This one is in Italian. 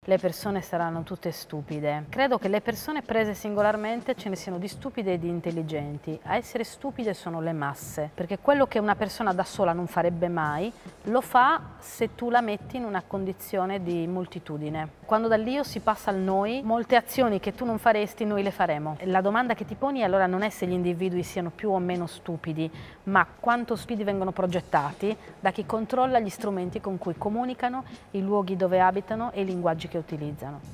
le persone saranno tutte stupide. Credo che le persone prese singolarmente ce ne siano di stupide e di intelligenti. A essere stupide sono le masse, perché quello che una persona da sola non farebbe mai, lo fa se tu la metti in una condizione di moltitudine. Quando dall'io si passa al noi, molte azioni che tu non faresti noi le faremo. La domanda che ti poni allora non è se gli individui siano più o meno stupidi, ma quanto stupidi vengono progettati da chi controlla gli strumenti con cui comunicano, i luoghi dove abitano e i linguaggi che utilizzano.